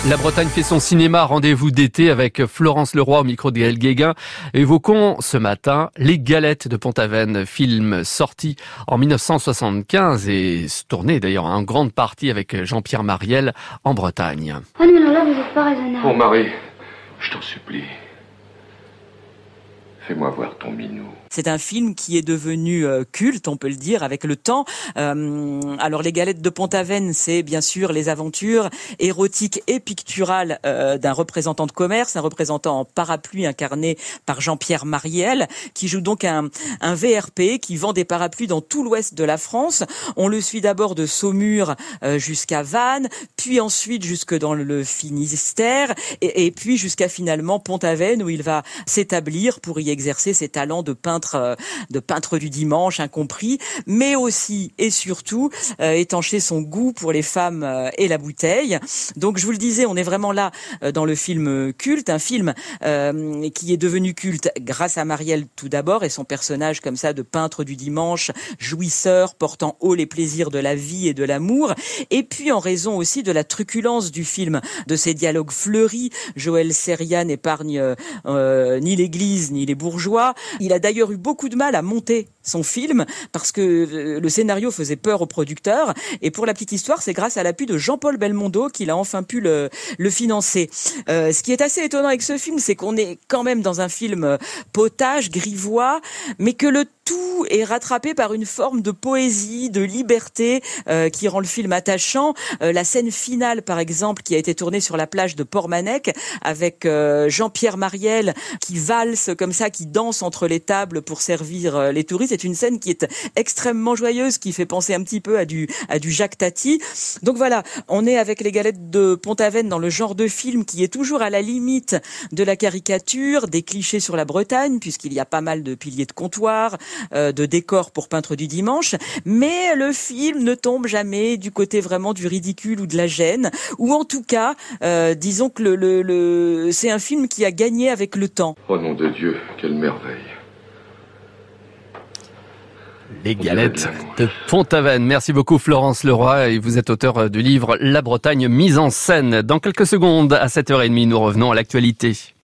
La Bretagne fait son cinéma, rendez-vous d'été avec Florence Leroy au micro de Gaël Guéguin. Évoquons ce matin Les Galettes de Pont-Aven, film sorti en 1975 et tourné d'ailleurs en grande partie avec Jean-Pierre Mariel en Bretagne. Oh non, là vous n'êtes pas raisonnable. Oh Marie, je t'en supplie. Fais-moi voir ton minou. C'est un film qui est devenu culte, on peut le dire, avec le temps. Alors, Les Galettes de Pont-Aven, c'est bien sûr les aventures érotiques et picturales d'un représentant de commerce, un représentant en parapluie incarné par Jean-Pierre Mariel, qui joue donc un VRP qui vend des parapluies dans tout l'ouest de la France. On le suit d'abord de Saumur jusqu'à Vannes, puis ensuite jusque dans le Finistère, et puis jusqu'à finalement Pont-Aven, où il va s'établir pour y exercer ses talents de peintre du dimanche incompris, mais aussi et surtout étancher son goût pour les femmes et la bouteille. Donc je vous le disais, on est vraiment là dans le film culte, un film qui est devenu culte grâce à Mariel tout d'abord et son personnage comme ça de peintre du dimanche, jouisseur, portant haut les plaisirs de la vie et de l'amour, et puis en raison aussi de la truculence du film, de ses dialogues fleuris. Joël Sérian n'épargne ni l'église ni les bourgeois. Il a d'ailleurs eu beaucoup de mal à monter son film parce que le scénario faisait peur aux producteurs, et pour la petite histoire, c'est grâce à l'appui de Jean-Paul Belmondo qu'il a enfin pu le financer. Ce qui est assez étonnant avec ce film, c'est qu'on est quand même dans un film potage, grivois, mais que le tout est rattrapé par une forme de poésie, de liberté qui rend le film attachant. La scène finale, par exemple, qui a été tournée sur la plage de Portmanec avec Jean-Pierre Mariel qui valse comme ça, qui danse entre les tables pour servir les touristes. C'est une scène qui est extrêmement joyeuse, qui fait penser un petit peu à du Jacques Tati. Donc voilà, on est avec Les Galettes de Pont-Aven dans le genre de film qui est toujours à la limite de la caricature, des clichés sur la Bretagne, puisqu'il y a pas mal de piliers de comptoir, de décors pour peintre du dimanche, mais le film ne tombe jamais du côté vraiment du ridicule ou de la gêne, ou en tout cas, disons que c'est un film qui a gagné avec le temps. Oh nom de Dieu, quelle merveille. Les Galettes de Pont-Aven. Merci beaucoup Florence Leroy, et vous êtes auteur du livre La Bretagne mise en scène. Dans quelques secondes, à 7h30, nous revenons à l'actualité.